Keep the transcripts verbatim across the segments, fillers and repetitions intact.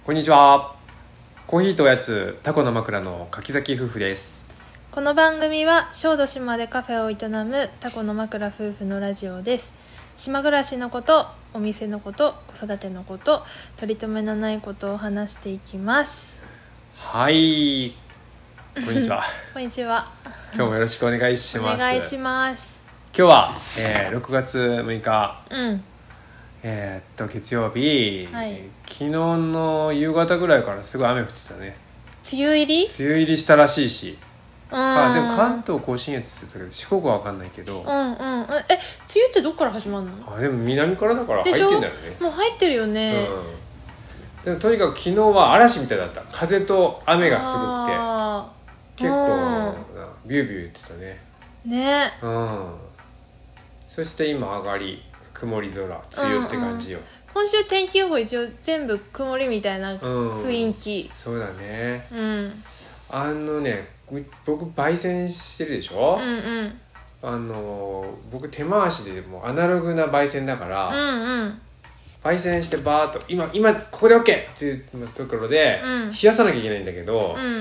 こんにちは。コーヒーとおやつタコの枕の柿崎夫婦です。 この番組は小豆島でカフェを営むタコの枕夫婦のラジオです。島暮らしのこと、お店のこと、子育てのこと、取り留めのないことを話していきます。 はい、こんにちは。 こんにちは。 今日もよろしくお願いします。 お願いします。 今日は、えー、ろくがつむいか、 うんえー、っと月曜日、 はい、 昨日の夕方ぐらいからすごい雨降ってたね。 梅雨入り梅雨入りしたらしいし、 うん、 かでも関東甲信越って言ってたけど四国は分かんないけど、 うんうん、え梅雨ってどっから始まるの？ あでも南からだから入ってんだよね。 もう入ってるよね、 うん、でもとにかく昨日は嵐みたいだった。風と雨がすごくて結構、うん、ビュービュー言ってたね。ね、うん、そして今上がり曇り空、梅雨って感じよ、うんうん、 今週天気予報一応全部曇りみたいな雰囲気、 うん、そうだね、 うん、 あのね僕焙煎してるでしょ、 うんうん、 あの僕手回しでもうアナログな焙煎だから、 うんうん、 焙煎してバーっと今今ここで OK っていうところで冷やさなきゃいけないんだけど、うん、うん、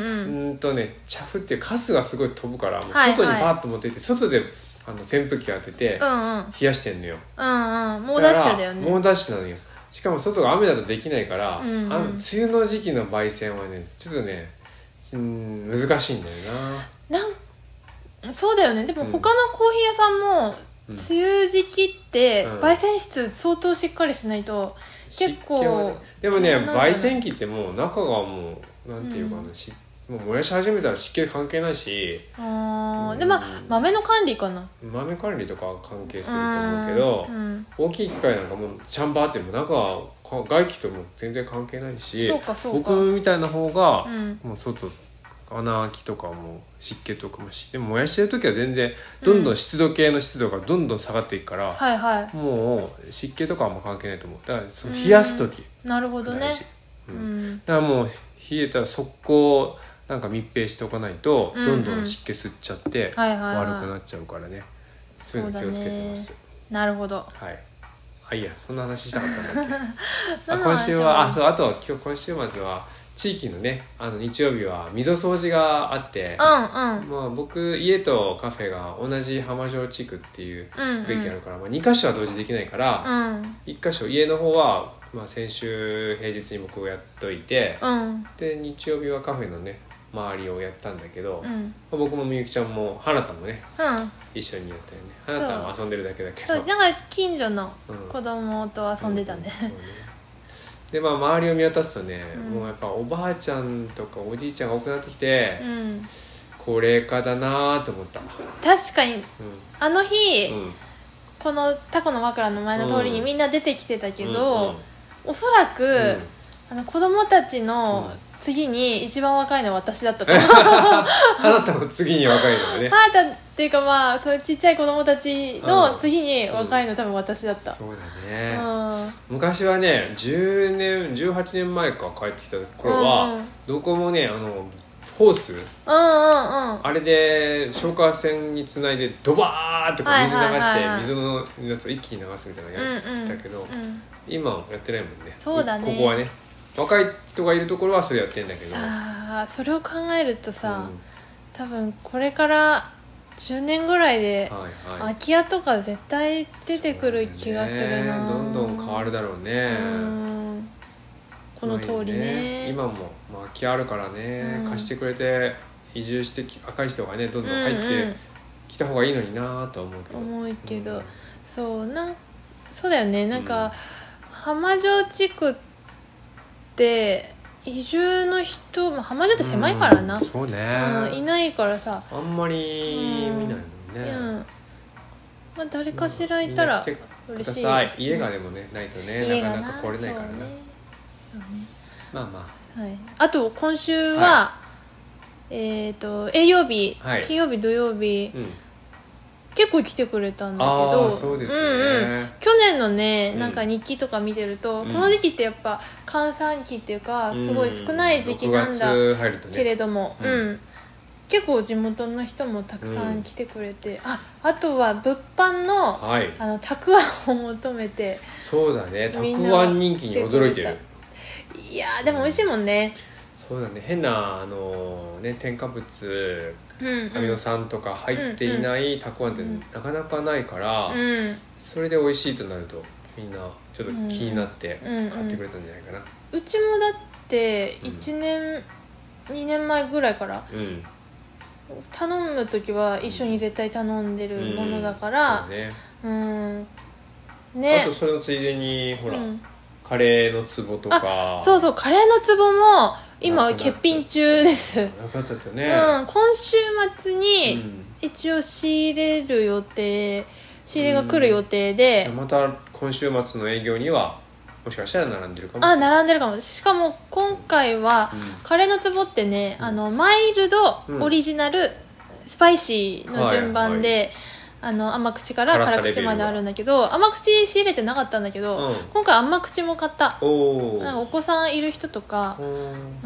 うんとね茶粉っていうカスがすごい飛ぶからもう外にバーッと持っていって、はいはい、外であの扇風機当てて冷やしてんのよ、うんうん、 猛ダッシュだよね。 猛ダッシュなのよ。しかも外が雨だとできないから、うんうん、あの梅雨の時期の焙煎はねちょっとねうん難しいんだよな。なんそうだよね。でも他のコーヒー屋さんも、うん、梅雨時期って焙煎室相当しっかりしないと、うん、結構、 ね、でもね焙煎機ってもう中がもうなんていうかな、うん、しもう燃やし始めたら湿気関係ないし、 あ、うん、でまあ豆の管理かな。 豆管理とかは関係すると思うけど、うん、大きい機械なんかもうチャンバーっても中は外気とも全然関係ないし、 そうかそうか、 僕みたいな方が、うん、もう外穴開きとかも湿気とかもし、でも燃やしてる時は全然どんどん湿度計の湿度がどんどん下がっていくから、うん、はいはい、もう湿気とかはもう関係ないと思う。だからその冷やす時、 うん、なるほどね、 うん、だからもう冷えたら速攻なんか密閉しておかないとどんどん湿気吸っちゃって悪くなっちゃうからね、そういうの気をつけてます。 なるほど。 はい。あ、いいや、そんな話したかったんだっけ。あ、今週はあそうあとは今日今週末は地域のね、あの日曜日は溝掃除があって、うんうん、まあ、僕家とカフェが同じ浜城地区っていう区域があるから、うんうん、まあ、にかしょは同時できないから、うん、いっかしょ家の方は、まあ、先週平日に僕をやっといて、うん、で日曜日はカフェのね周りをやったんだけど、うん、僕もみゆきちゃんも花田もね、うん、一緒にやったよね。花田は遊んでるだけだけど、 そうなんか近所の子供と遊んでたね、うんうん、そうね。 でまあ周りを見渡すとね、うん、もうやっぱおばあちゃんとかおじいちゃんが多くなってきて、うん、高齢化だなと思った。 確かに、うん、あの日、うん、このタコの枕の前の通りにみんな出てきてたけど、うんうん、おそらく、うん、あの子供たちの、うん次に一番若いのは私だったと思う。 あなたの次に若いのね。 あなたっていうかまあそういうちっちゃい子供たちの次に若いの、うん、多分私だった。 そうだね、うん、昔はねじゅうねんじゅうはちねんまえか帰ってきた頃は、うん、どこもねあのホース、うんうんうん、あれで消火栓につないでドバーッとか水流して水のやつを一気に流すみたいなのやってたけど、うんうんうん、今やってないもんね。 そうだね、 ここはね若い人がいるところはそれやってんだけどさあ、それを考えるとさ、うん、多分これからじゅうねんぐらいで、はいはい、空き家とか絶対出てくる気がするな、 ね、どんどん変わるだろうね、うん、 この通りね、 ね今も、まあ、空き家あるからね、うん、貸してくれて移住して若い人がねどんどん入ってきた方がいいのになとは思うけど、 思うけど、うん、そうなそうだよねなんか、うん、浜城地区ってで移住の人、まあ、浜城って狭いからな、 うん、そうね、 うん、いないからさあんまり見ないもんね、 うんうんまあ、誰かしらいたら嬉しい、 うん、家がでもね、うん、ないとねなかなか来れないからな、そうね、 そうね、 まあまあ、 はい、あと今週は、はい、えーと営業日、はい、金曜日土曜日、うん結構来てくれたんだけどあそうですね、 うんうん、去年のねなんか日記とか見てると、うん、この時期ってやっぱ閑散期っていうかすごい少ない時期なんだけれども、うんうん、結構地元の人もたくさん来てくれて、うん、あ, あとは物販 の,、はい、あのたくあんを求めてそうだねたくあん人気に驚いてる。 いやでも美味しいもんね。 そうだね、変なあの、ね、添加物、うんうん、アミノ酸とか入っていないたくあんってなかなかないから、うん、それで美味しいとなるとみんなちょっと気になって買ってくれたんじゃないかな、うんうん、うちもだっていちねん、うん、にねんまえぐらいから、うん、頼む時は一緒に絶対頼んでるものだから、うんねうんね、 あとそれのついでにほら、うん、カレーの壺とか、 そうそう、カレーの壺も今欠品中です。 なかったですよね、 うん、今週末に一応仕入れる予定、仕入れが来る予定で、 うん、また今週末の営業にはもしかしたら並んでるかもしれない。 あ、並んでるかも。しかも今回は、うん、カレーの壺ってね、うん、あのマイルド、オリジナル、うん、スパイシーの順番で、はいはい、あの甘口から辛口まであるんだけど、甘口仕入れてなかったんだけど、うん、今回甘口も買った。 お, なんかお子さんいる人とか、うん、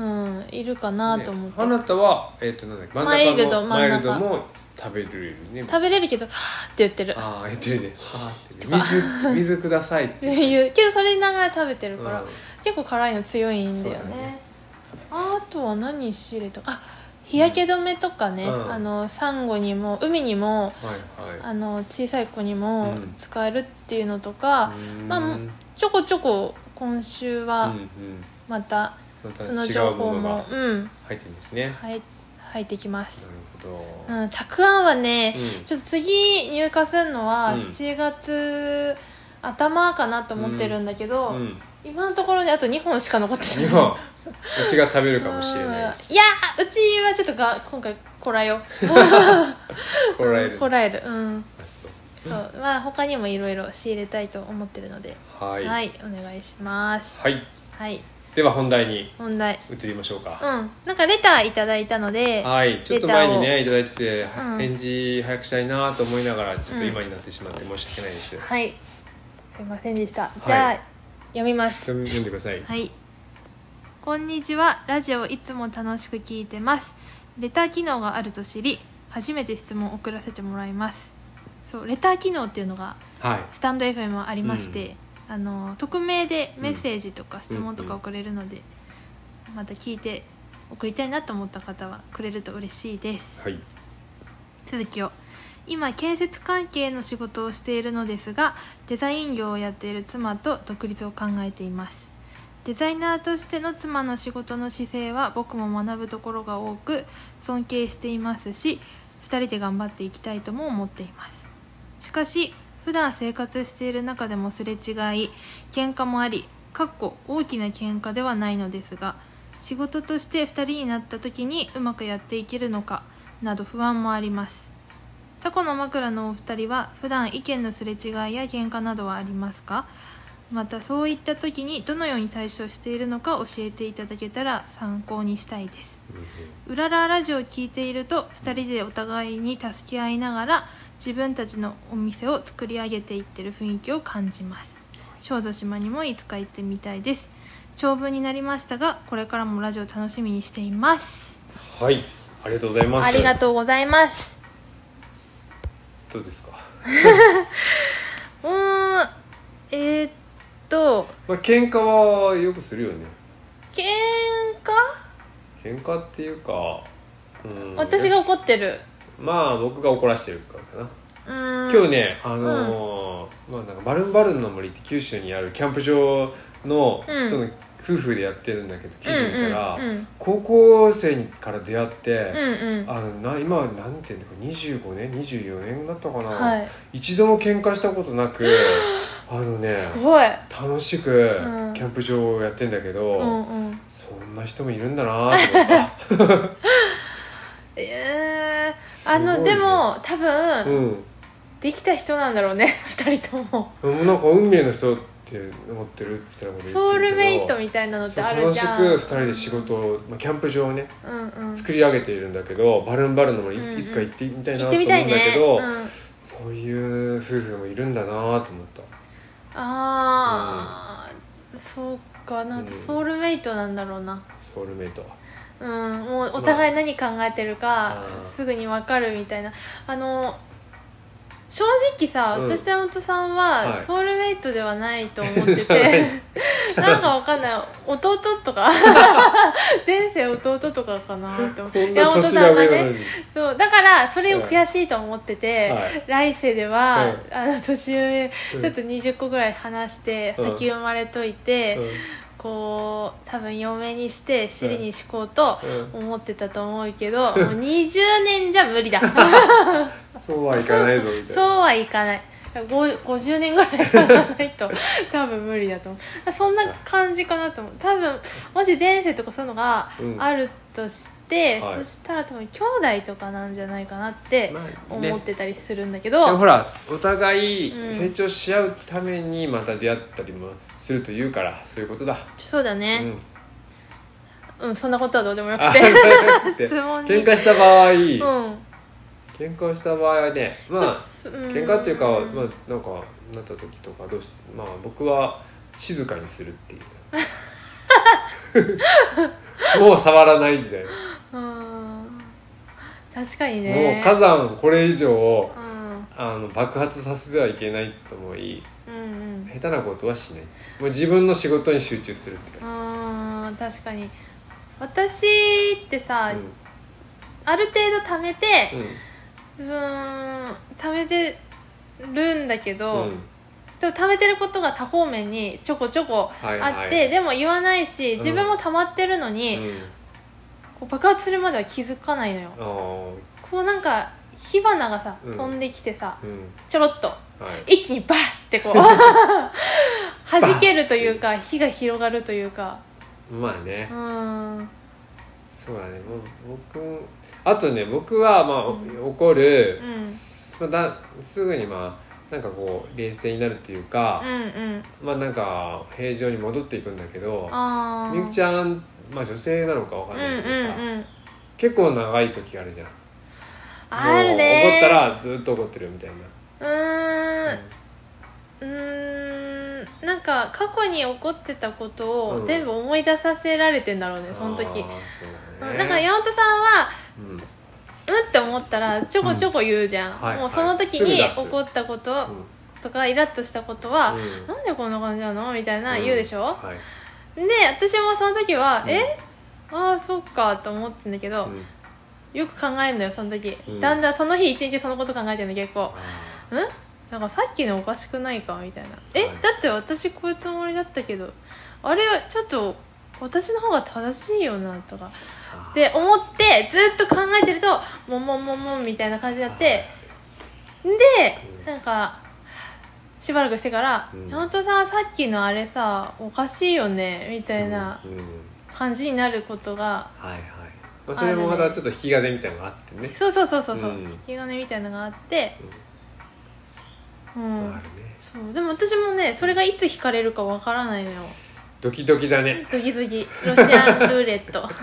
いるかなと思って、 ね、あなたは、えー、となんだっけ、真ん中のマイルド、マイルドも食べれるね。 食べれるけどはーって言ってる。 ああ言ってるね、はーってね、水, 水くださいって言うけど、それながら食べてるから、うん、結構辛いの強いんだよ ね, ね。あとは何仕入れたか、あ、日焼け止めとかね、うん、あのサンゴにも海にも、はいはい、あの小さい子にも使えるっていうのとか、うん、まあ、ちょこちょこ今週はまたその情報も、うん、 入ってるんですね。 はい、入ってきます。 なるほど、 うん、たくあんはね、うん、ちょっと次入荷するのはしちがつ頭かなと思ってるんだけど、うんうん、今のところにあとにほんしか残ってない。にほんうちが食べるかもしれないです。 いやうちはちょっとが今回こらえよこらえるこらえる、うん、そうそう、まあ他にもいろいろ仕入れたいと思ってるので、はい、はい、お願いします。 はい、 はい、 では本題に本題移りましょうか。 うん、なんかレターいただいたので、 はい、ちょっと前にねいただいてて、うん、返事早くしたいなと思いながらちょっと今になってしまって申し訳ないです、うん、 はい、すいませんでした。じゃあ、はい、読みます。 読んでください。 はい、こんにちは。ラジオいつも楽しく聞いてます。レター機能があると知り初めて質問を送らせてもらいます。そうレター機能っていうのが、はい、スタンド エフエム はありまして、うん、あの匿名でメッセージとか質問とか送れるので、うん、また聞いて送りたいなと思った方はくれると嬉しいです、はい、続きを。今建設関係の仕事をしているのですが、デザイン業をやっている妻と独立を考えています。デザイナーとしての妻の仕事の姿勢は僕も学ぶところが多く尊敬していますし、ふたりで頑張っていきたいとも思っています。しかし普段生活している中でもすれ違い喧嘩もあり、かっこ大きな喧嘩ではないのですが、仕事としてふたりになった時にうまくやっていけるのかなど不安もあります。タコの枕のお二人は普段意見のすれ違いや喧嘩などはありますか？またそういった時にどのように対処しているのか教えていただけたら参考にしたいです。うららラジオを聞いているとふたりでお互いに助け合いながら自分たちのお店を作り上げていってる雰囲気を感じます。小豆島にもいつか行ってみたいです。長文になりましたがこれからもラジオ楽しみにしています。 はい、ありがとうございます。 ありがとうございます。 どうですか？ うーん、えー、っとまあ喧嘩はよくするよね。 喧嘩？喧嘩っていうか、 うん、私が怒ってる。 まあ僕が怒らせてるからかな。今日ね、あのーうん、まあなんかバルンバルンの森って九州にあるキャンプ場の人の夫婦でやってるんだけど、記事見たら、うんうんうん、高校生から出会って、うんうん、あのな今はなんていうんだかにじゅうごねんにじゅうよねんだったかな、はい、一度も喧嘩したことなくあのねすごい楽しくキャンプ場をやってんだけど、うんうん、そんな人もいるんだなと思ったえー、あの、ね、でも多分、うん、できた人なんだろうねふたりともなんか運命の人って思ってるみたいなこと言ってるけど、 ソウルメイトみたいなのってあるじゃん。 楽しくふたりで仕事を、まあ、キャンプ場をね、うんうん、作り上げているんだけど、バルンバルンのもいつ、うんうん、いつか行ってみたいなと思うんだけど、ねうん、そういう夫婦もいるんだなと思った。 あー、うん、そうかな、うん、ソウルメイトなんだろうな。 ソウルメイト、 うん、もうお互い何考えてるかすぐに分かるみたいな、あの正直さ、うん、私と山本さんはソウルメイトではないと思ってて、はい、なんかわかんない弟とか前世弟とかかなと思って山本さんがねそうだからそれを悔しいと思ってて、はい、来世では、はい、あの年上ちょっとにじゅっこぐらい離して先生まれといて、うんうんこう多分嫁にして尻に敷こうと思ってたと思うけど、うん、もうにじゅうねんじゃ無理だそうはいかないぞみたいなそうはいかないごじゅうねんぐらいかかないと多分無理だと思うそんな感じかなと思う多分もし前世とかそういうのがあるとして、うんはい、そしたら多分兄弟とかなんじゃないかなって思ってたりするんだけど、まあね、 でもほらお互い成長し合うためにまた出会ったりもするというからそういうことだそうだねうん、うん、そんなことはどうでもよくて質問に喧嘩した場合、うん、喧嘩をした場合はねまあ喧嘩っていうか、まあ、なんかなった時とかどうしまあ僕は静かにするっていうもう触らないみたいなうん確かにねもう火山これ以上、うん、あの爆発させてはいけないと思い、うんうん、下手なことはしないもう自分の仕事に集中するって感じ確かに私ってさ、うん、ある程度貯めて、うん、うーん貯めてるんだけど、うん、でも貯めてることが多方面にちょこちょこあって、はいはい、でも言わないし自分も溜まってるのに、うん、こう爆発するまでは気づかないのよ、うん、こうなんか火花がさ、うん、飛んできてさ、うん、ちょろっと、はい、一気にバッってこう弾けるというか火が広がるというかまあねうんそうだねもう僕あとね僕はまあ、うん、怒る、うん、だすぐにまあなんかこう冷静になるっていうか、うんうん、まあなんか平常に戻っていくんだけどみゆきちゃんまあ女性なのかわかんないけどさ、うんうんうん、結構長い時あるじゃんあるね怒ったらずっと怒ってるみたいなうーんうーんなんか過去に起こってたことを全部思い出させられてんだろうね、うん、その時そうだね、なんか山本さんは、うん、うんって思ったらちょこちょこ言うじゃん、うんはい、もうその時に起こったこととかイラッとしたことは、うん、なんでこんな感じなのみたいな言うでしょ、うんはい、で私もその時は、うん、えああそっかと思ってんだけど、うん、よく考えるのよその時、うん、だんだんその日一日そのこと考えてるの結構うんなんかさっきのおかしくないかみたいな、はい、えだって私こういうつもりだったけどあれちょっと私の方が正しいよなとかって思ってずっと考えてるともんもんもんもんみたいな感じになってでなんかしばらくしてから「山本さんさっきのあれさおかしいよね」みたいな感じになることがはいはい、まあ、それもまたちょっと引き金みたいなのがあってねそうそうそうそうそう、うん、引き金みたいなのがあってうん、うんね、そうでも私もねそれがいつ引かれるかわからないのよドキドキだねドキドキロシアンルーレット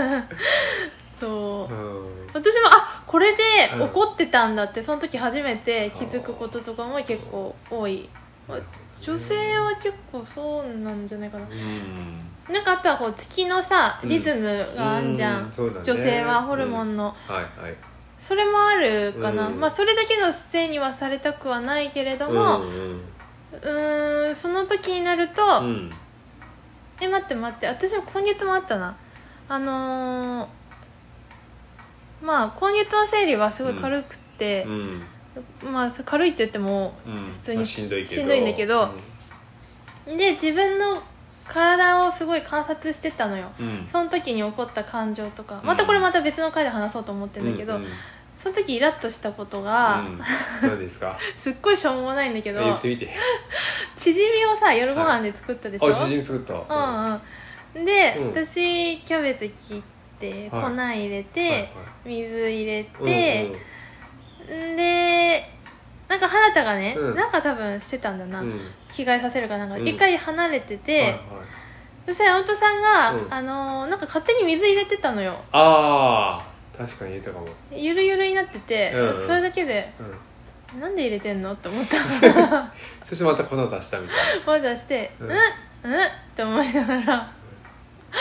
そう、うん、私もあこれで怒ってたんだってその時初めて気づくこととかも結構多い、うん、女性は結構そうなんじゃないかな、うん、なんかあとはこう月のさリズムがあんじゃん、うんうんね、女性はホルモンの、うんはいはい、それもあるかな、うん、まあそれだけのせいにはされたくはないけれども、うんうん、うーんその時になると、うんえ待って待って私も今月もあったなあのー、まあ今月の生理はすごい軽くて、うんうん、まあ軽いって言っても普通に、うんまあ、しんどいけど、しんどいんだけど、うん、で自分の体をすごい観察してたのよ、うん、その時に起こった感情とかまたこれまた別の回で話そうと思ってるんだけど、うんうん、その時イラッとしたことが、うん、 何ですかすっごいしょうもないんだけど言ってみてチヂミをさ夜ご飯で作ったでしょ、 はい、あチヂミ作ったうんうんで、うん、私キャベツ切って粉入れて、はいはいはい、水入れて、うんうん、でなんか花田がね、うん、なんか多分してたんだな、うん、着替えさせるかなんか、うん、一回離れてて、はいはい、そしたら山本さんが、うん、あのー、なんか勝手に水入れてたのよああ確かに入れたかもゆるゆるになってて、うんうん、それだけで、うん、なんで入れてんのって思ったそしてまた粉出したみたいな粉出してうん、うん、うんって思いながら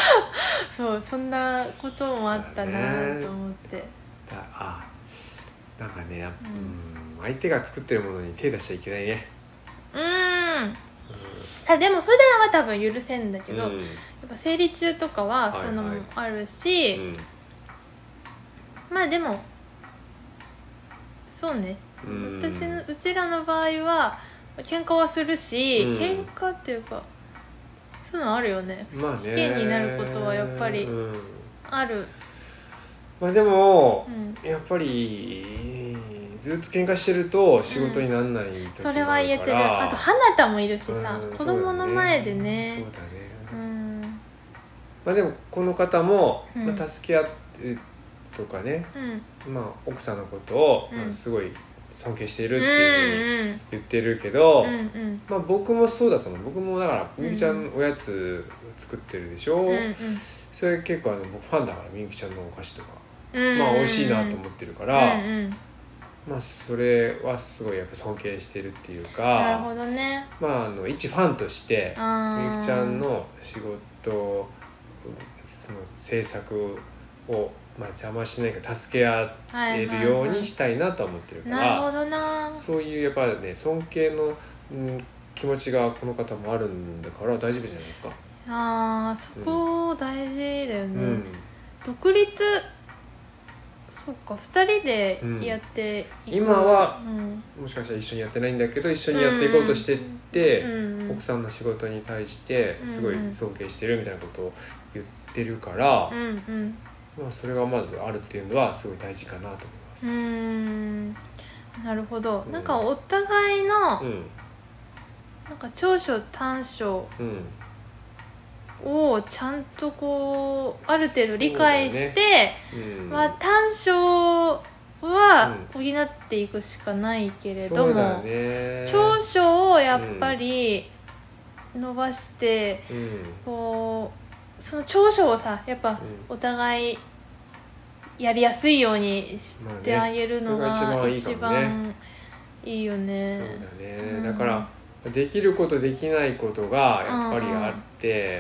そうそんなこともあったなと思って、 だあなんかね、うん、相手が作ってるものに手出しちゃいけないね。 うん、うん、あでも普段は多分許せんだけど、うん、やっぱ生理中とかはそのもあるし、はいはい、うん、まあでもそうね、うん、私のうちらの場合は喧嘩はするし、うん、喧嘩っていうかそういうのあるよね、まあね、危険になることはやっぱりある、うん、 まあでも、うん、やっぱりずっと喧嘩してると仕事にならない時もあるから、うん、それは言えてる。あと花田もいるしさ、うん、子供の前でね、そうだね、うん、 まあでもこの方も、まあ、助け合ってとかね、うん、まあ奥さんのことを、まあ、すごい尊敬しているっていうふうに言ってるけど、うんうん、まあ僕もそうだと思う。僕もだからみゆきちゃんおやつ作ってるでしょ、うんうん、それ結構あの僕ファンだからみゆきちゃんのお菓子とか、うんうん、まあ美味しいなと思ってるから、うんうん、まあそれはすごいやっぱ尊敬してるっていうか、 なるほどね、 まああの一ファンとしてみゆきちゃんの仕事その制作をまあ、邪魔しないか助け合えるようにしたいなと思ってるから、はいはいはい、なるほどな、そういうやっぱりね尊敬の、うん、気持ちがこの方もあるんだから大丈夫じゃないですか。 あーそこ大事だよね、うん、独立そっかふたりでやっていく、 うん、今は、うん、もしかしたら一緒にやってないんだけど一緒にやっていこうとしてって、うんうん、奥さんの仕事に対してすごい尊敬してるみたいなことを言ってるから、うんうん、まあ、それがまずあるっていうのはすごい大事かなと思います。 うーん、なるほど、うん、なんかお互いの、うん、なんか長所短所をちゃんとこうある程度理解して、ね、うん、まあ、短所は補っていくしかないけれども、ね、長所をやっぱり伸ばして、うん、こうその長所をさやっぱお互いやりやすいようにしてあげるのが一番いいよね。 そうだね、うん、だからできることできないことがやっぱりあって、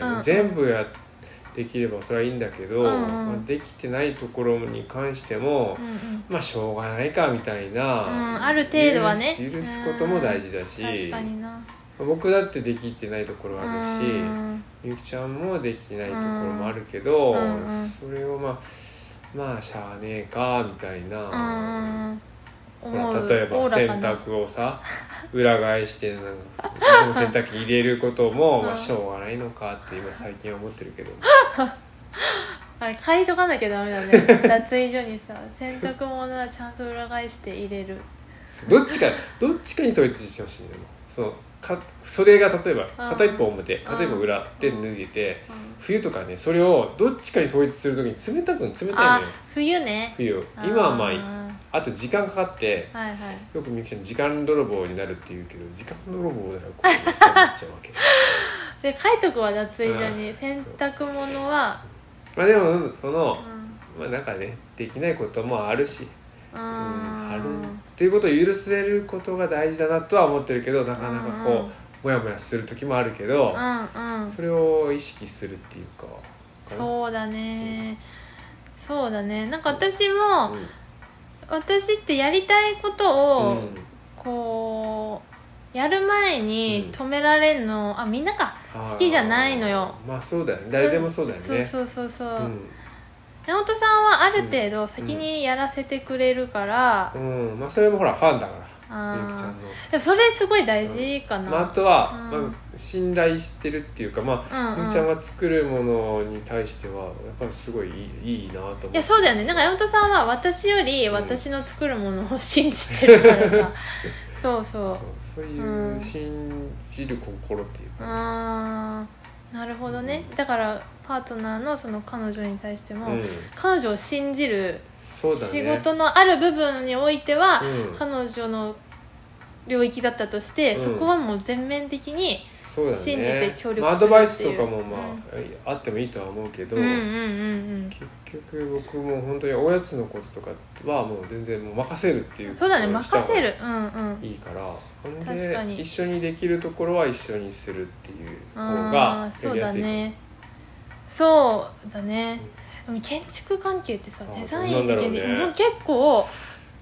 うんうん、全部やできればそれはいいんだけど、うんうん、まあ、できてないところに関しても、うんうん、まあしょうがないかみたいな、 うん、ある程度はね許すことも大事だし、 うん、確かにな、 僕だってできてないところあるし、みゆきちゃんもできてないところもあるけど、うんうん、それをまあまあしゃあねえかみたいな、うん、ほら例えば洗濯をさ裏返してなんかいつも洗濯機入れることもまあしょうがないのかって今最近は思ってるけど、ね、 あれ書いとかなきゃダメだね脱衣所にさ洗濯物はちゃんと裏返して入れるどっちかどっちかに統一してほしいね。そのか袖が例えば片一方表片一方裏で脱げて、冬とかねそれをどっちかに統一するときに冷たく冷たいのよ。あ冬ね冬今はまああと時間かかって、はいはい、よくみゆきちゃん時間泥棒になるって言うけど時間泥棒だよこうってなっちゃうわけで書いとくわ脱衣所に洗濯物はまあでもその、うん、まあなんかねできないこともあるし、うん、あるっていうことを許せることが大事だなとは思ってるけどなかなかこう、うんうん、もやもやする時もあるけど、うんうん、それを意識するっていうかそうだね、うん、そうだねなんか私も、うん、私ってやりたいことを、うん、こうやる前に止められるの、うん、あみんなか好きじゃないのよ。 まあそうだよね誰でもそうだよね、 うん、そうそうそうそう、うん、山本さんはある程度先にやらせてくれるから、 うん、うん、まあそれもほらファンだからみゆきちゃんのでもそれすごい大事かな、 うんまあ、あとは、うんまあ、信頼してるっていうかまあみゆきちゃんが作るものに対してはやっぱりすごいいい、いいなと思って。いやそうだよねなんか山本さんは私より私の作るものを信じてるからさ、うん、そうそうそういう信じる心っていうか、ね、 あーなるほどね、うん、だからパートナーのその彼女に対しても、うん、彼女を信じるそうだね、仕事のある部分においては、うん、彼女の領域だったとして、うん、そこはもう全面的に信じて協力するっていう、ねまあ、アドバイスとかもまあ、うん、あってもいいとは思うけど、うんうんうんうん、結局僕も本当におやつのこととかはもう全然もう任せるっていうそうだね任せる、うんうん、 いいから確かに一緒にできるところは一緒にするっていう方がやりやすいかな。 そうだね、うん建築関係ってさデザイン的に、ね、もう結構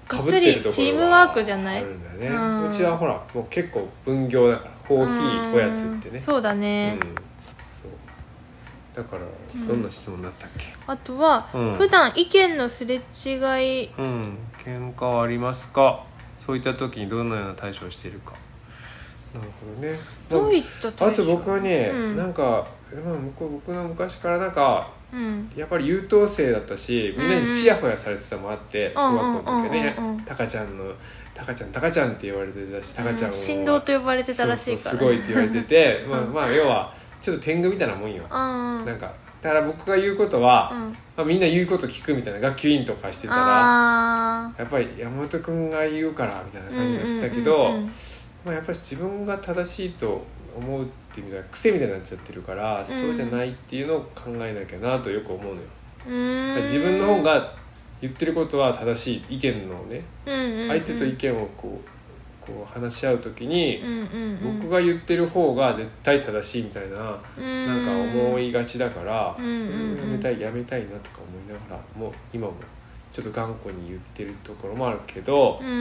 かぶってるところがチームワークじゃないあるんだよね、うん、うちはほらもう結構分業だからコーヒーおやつってね、 そうだね、 うん、そうだからどんな質問だったっけ、 うん、あとは、うん、普段意見のすれ違い、 うん、喧嘩はありますか、そういった時にどのような対処をしているか。なるほどね。 どういった対処？ あと僕はね、うん、なんか、まあ、僕の昔からなんか、うん、やっぱり優等生だったし、みんなにチヤホヤされてたのもあって、うん、小学校の時はね、タカちゃんのタカちゃんタカちゃんって言われてたし、タカちゃんは神童と呼ばれてたらしいから、ね、 そうそうすごいって言われててまあまあ要はちょっと天狗みたいなもんよ、うん、なんかだから僕が言うことは、うんまあ、みんな言うこと聞くみたいな学級委員とかしてたらやっぱり山本君が言うからみたいな感じになってたけど、うんうんうんうんまあ、やっぱり自分が正しいと思うっていう意味では癖みたいになっちゃってるから、うん、そうじゃないっていうのを考えなきゃなとよく思うのよ。うーん自分の方が言ってることは正しい意見のね、うんうんうん、相手と意見をこう、こう話し合うときに、うんうんうん、僕が言ってる方が絶対正しいみたいな、うん、なんか思いがちだから、うんうんうん、それをやめたいやめたいなとか思いながらもう今もちょっと頑固に言ってるところもあるけど、うんうん、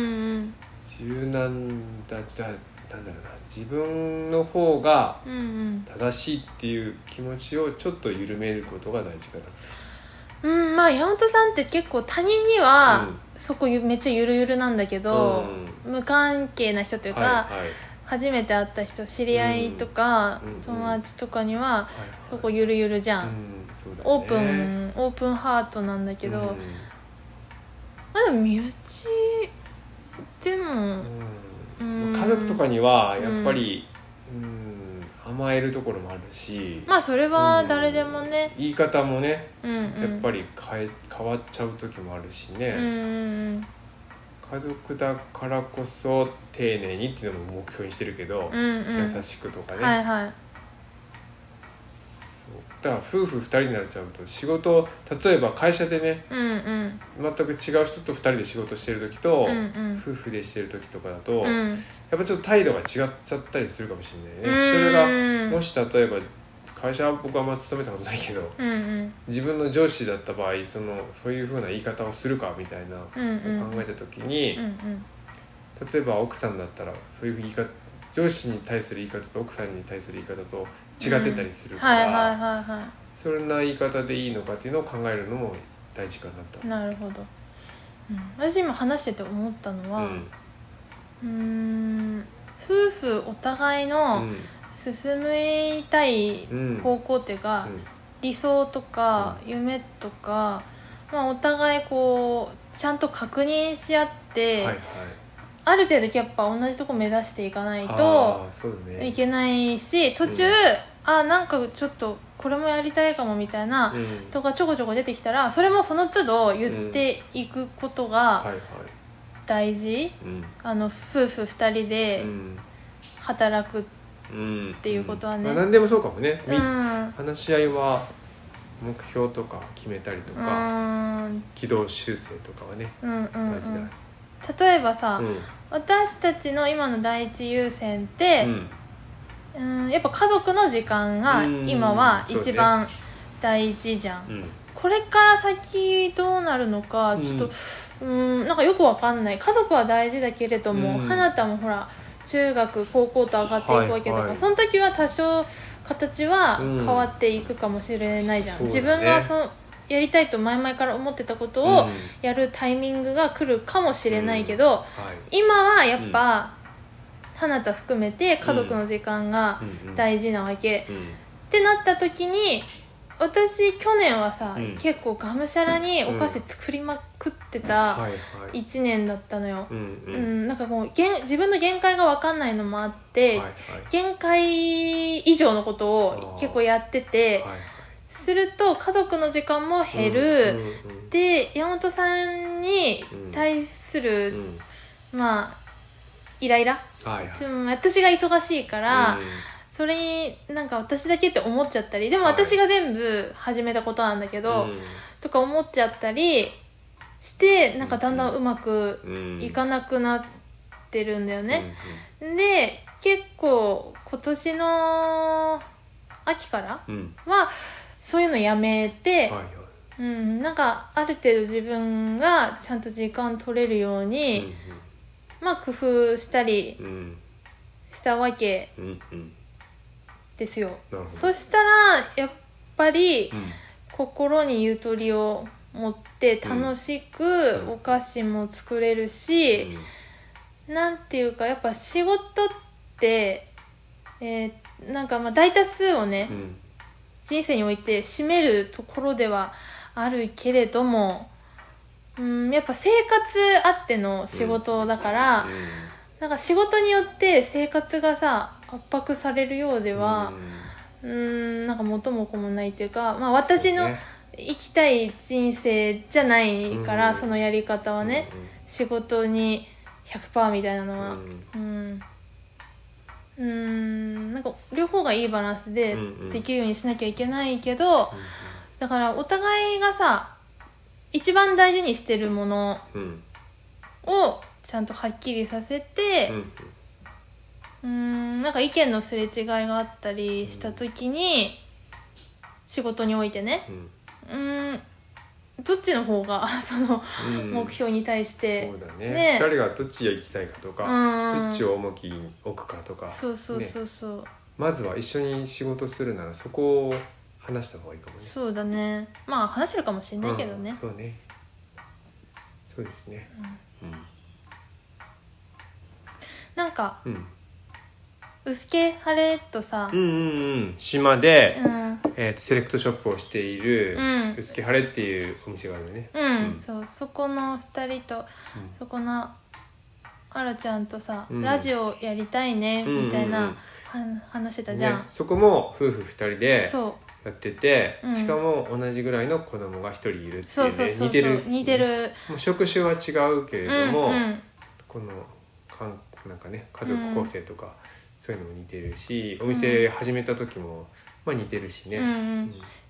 柔軟だじゃなんだろうな自分の方が正しいっていう気持ちをちょっと緩めることが大事かな。 うん、まあ山本さんって結構他人には、うん、そこめっちゃゆるゆるなんだけど、うん、無関係な人というか、はいはい、初めて会った人知り合いとか、うん、友達とかには、はいはい、そこゆるゆるじゃん、うんそうだね、オープンオープンハートなんだけど、うん、まあでも身内でも、 うん、家族とかにはやっぱり、うん甘えるところもあるし、 まあそれは誰でもね、 うん、言い方もね、うんうん、やっぱり変え変わっちゃう時もあるしね、うん、家族だからこそ丁寧にっていうのも目標にしてるけど、うんうん、優しくとかね、はいはい、そうだから夫婦ふたりになっちゃうと仕事例えば会社でね、うんうん、全く違う人とふたりで仕事してる時と、うんうん、夫婦でしてる時とかだと、うんやっぱちょっと態度が違っちゃったりするかもしれないね。それがもし例えば会社は僕はあんま勤めたことないけど、うんうん、自分の上司だった場合そのそういう風な言い方をするかみたいなのを考えた時に、うんうん、例えば奥さんだったらそういう言い方上司に対する言い方と奥さんに対する言い方と違ってたりするから、そんな言い方でいいのかっていうのを考えるのも大事かなと。 なるほど、うん、私今話してて思ったのは、うんうーん夫婦お互いの進みたい方向っていうか、うんうん、理想とか夢とか、まあ、お互いこうちゃんと確認し合って、はいはい、ある程度やっぱ同じとこ目指していかないといけないし、途中、うん、あなんかちょっとこれもやりたいかもみたいな、うん、とかちょこちょこ出てきたらそれもその都度言っていくことが、うんはいはい大事、うん、あの夫婦ふたりで働くっていうことはね、 うんうんまあ、何でもそうかもね、うん、話し合いは目標とか決めたりとか、うん、軌道修正とかはね、うんうんうん、大事だ。 例えばさ、うん、私たちの今の第一優先って、うん、うんやっぱ家族の時間が今は一番大事じゃん、うんうん、これから先どうなるのかちょっと、うんうんなんかよくわかんない。家族は大事だけれども、うん、花田もほら中学高校と上がっていくわけだから、はいはい、その時は多少形は変わっていくかもしれないじゃん、うん、自分がそのやりたいと前々から思ってたことをやるタイミングが来るかもしれないけど、うんはい、今はやっぱ、うん、花田含めて家族の時間が大事なわけ、うんうん、ってなった時に私去年はさ、うん、結構がむしゃらにお菓子作りまくってたいちねんだったのよ、うんうんうん、なんかもう自分の限界が分かんないのもあって、はいはい、限界以上のことを結構やってて、はいはい、すると家族の時間も減る、うんうんうん、で山本さんに対する、うん、まあイライラ、はいはい、私が忙しいから、うんそれになんか私だけって思っちゃったりでも私が全部始めたことなんだけど、はい、とか思っちゃったりしてなんかだんだんうまくいかなくなってるんだよね、うんうん、で結構今年の秋からはそういうのやめて、はいはい、 うん、なんかある程度自分がちゃんと時間取れるように、うんうん、まあ工夫したりしたわけですよ、うんうん、そしたらやっぱり心にゆとりを持って楽しくお菓子も作れるし、うんうん、なんていうかやっぱ仕事って、えー、なんかまあ大多数をね、うん、人生において占めるところではあるけれども、うん、やっぱ生活あっての仕事だから、うんうん、なんか仕事によって生活がさ圧迫されるようでは、うん、うんなんか元も子もないっていうか、まあ、私の生きたい人生じゃないから、そのやり方はね、うんうん、仕事に ひゃくパーセント みたいなのは、うん、うん、なんか両方がいいバランスでできるようにしなきゃいけないけど、うんうん、だからお互いがさ一番大事にしてるものをちゃんとはっきりさせて、うん、うんなんか意見のすれ違いがあったりした時に、仕事においてね、うん、うんどっちの方がその目標に対して、 うん、そうだね、ねふたりがどっちへ行きたいかとか、うん、どっちを重きに置くかとか、 そうそうそうそう、ね、 まずは一緒に仕事するならそこを話した方がいいかもね。 そうだね、まあ話せるかもしれないけどね、 うん、そうねそうですね、うんうん、 なんか、うん、うすけはれとさ、 うんうんうん、島で、うんえー、とセレクトショップをしている、うん、うすけはれっていうお店があるね、 うんうん、そうそこのふたりと、うん、そこのあらちゃんとさ、うん、ラジオやりたいねみたいな、うんうんうん、話してたじゃん、ね、 そこも夫婦ふたりでやってて、うん、しかも同じぐらいの子供がひとりいるっていうね、そうそうそうそう似てる似てる、 もう職種は違うけれども、うんうん、このかんなんかね家族構成とか、うん、そういうのも似てるし、お店始めた時も、まあ、似てるしね、うんうんうん、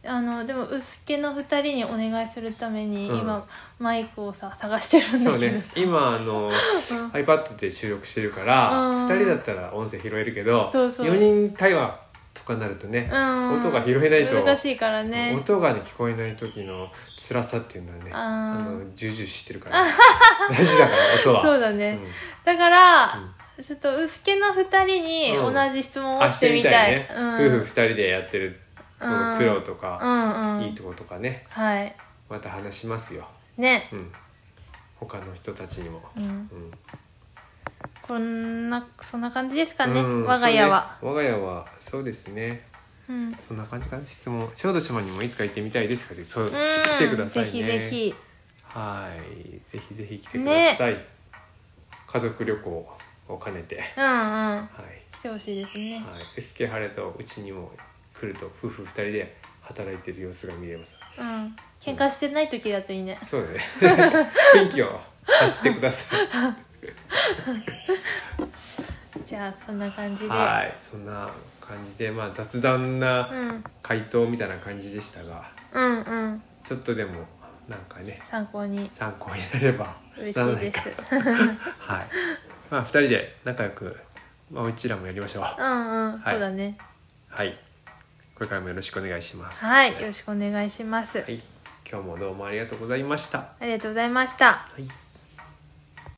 あのでもうすけのふたりにお願いするために、うん、今マイクをさ探してるんだけどさ、 そうね、今あの、うん、iPad で収録してるから、うん、ふたりだったら音声拾えるけど、そうそうよにん対話とかなるとね、うん、音が拾えないと難しいからね、 音が、ね、聞こえない時の辛さっていうのはね、あの重々知ってるから大事だから音はそうだね、うん、だから、うん、ちょっとうすけのふたりに同じ質問をしてみたい、うん、 してみたいね、うん、夫婦ふたりでやってるこの苦労とか、うんうん、いいとことかね、はい、また話しますよね、うん、他の人たちにも、うんうん、 こんなそんな感じですかね、うん、我が家は、 ね、我が家はそうですね、うん、そんな感じかな。質問小豆島にもいつか行ってみたいですかって、そう、うん、来てくださいね、ぜひぜひ、はいぜひぜひ来てください、ね、家族旅行を兼ねて、うんうん、はい、 来てほしいですね、はい、 エスケー ハレとうちにも来ると夫婦ふたりで働いてる様子が見れます、 うん、喧嘩してない時だといいね、 うん、そうだね雰囲気を発してくださいじゃあそんな感じで、 はいそんな感じで、まあ、雑談な回答みたいな感じでしたが、うんうん、ちょっとでもなんかね参考に参考になれば嬉しいですはい、まあ、ふたりで仲良く、まあ、うちらもやりましょう、 うんうん、はい、そうだね、 はいこれからもよろしくお願いします。 はい、よろしくお願いします。 はい、今日もどうもありがとうございました。 ありがとうございました。 はい。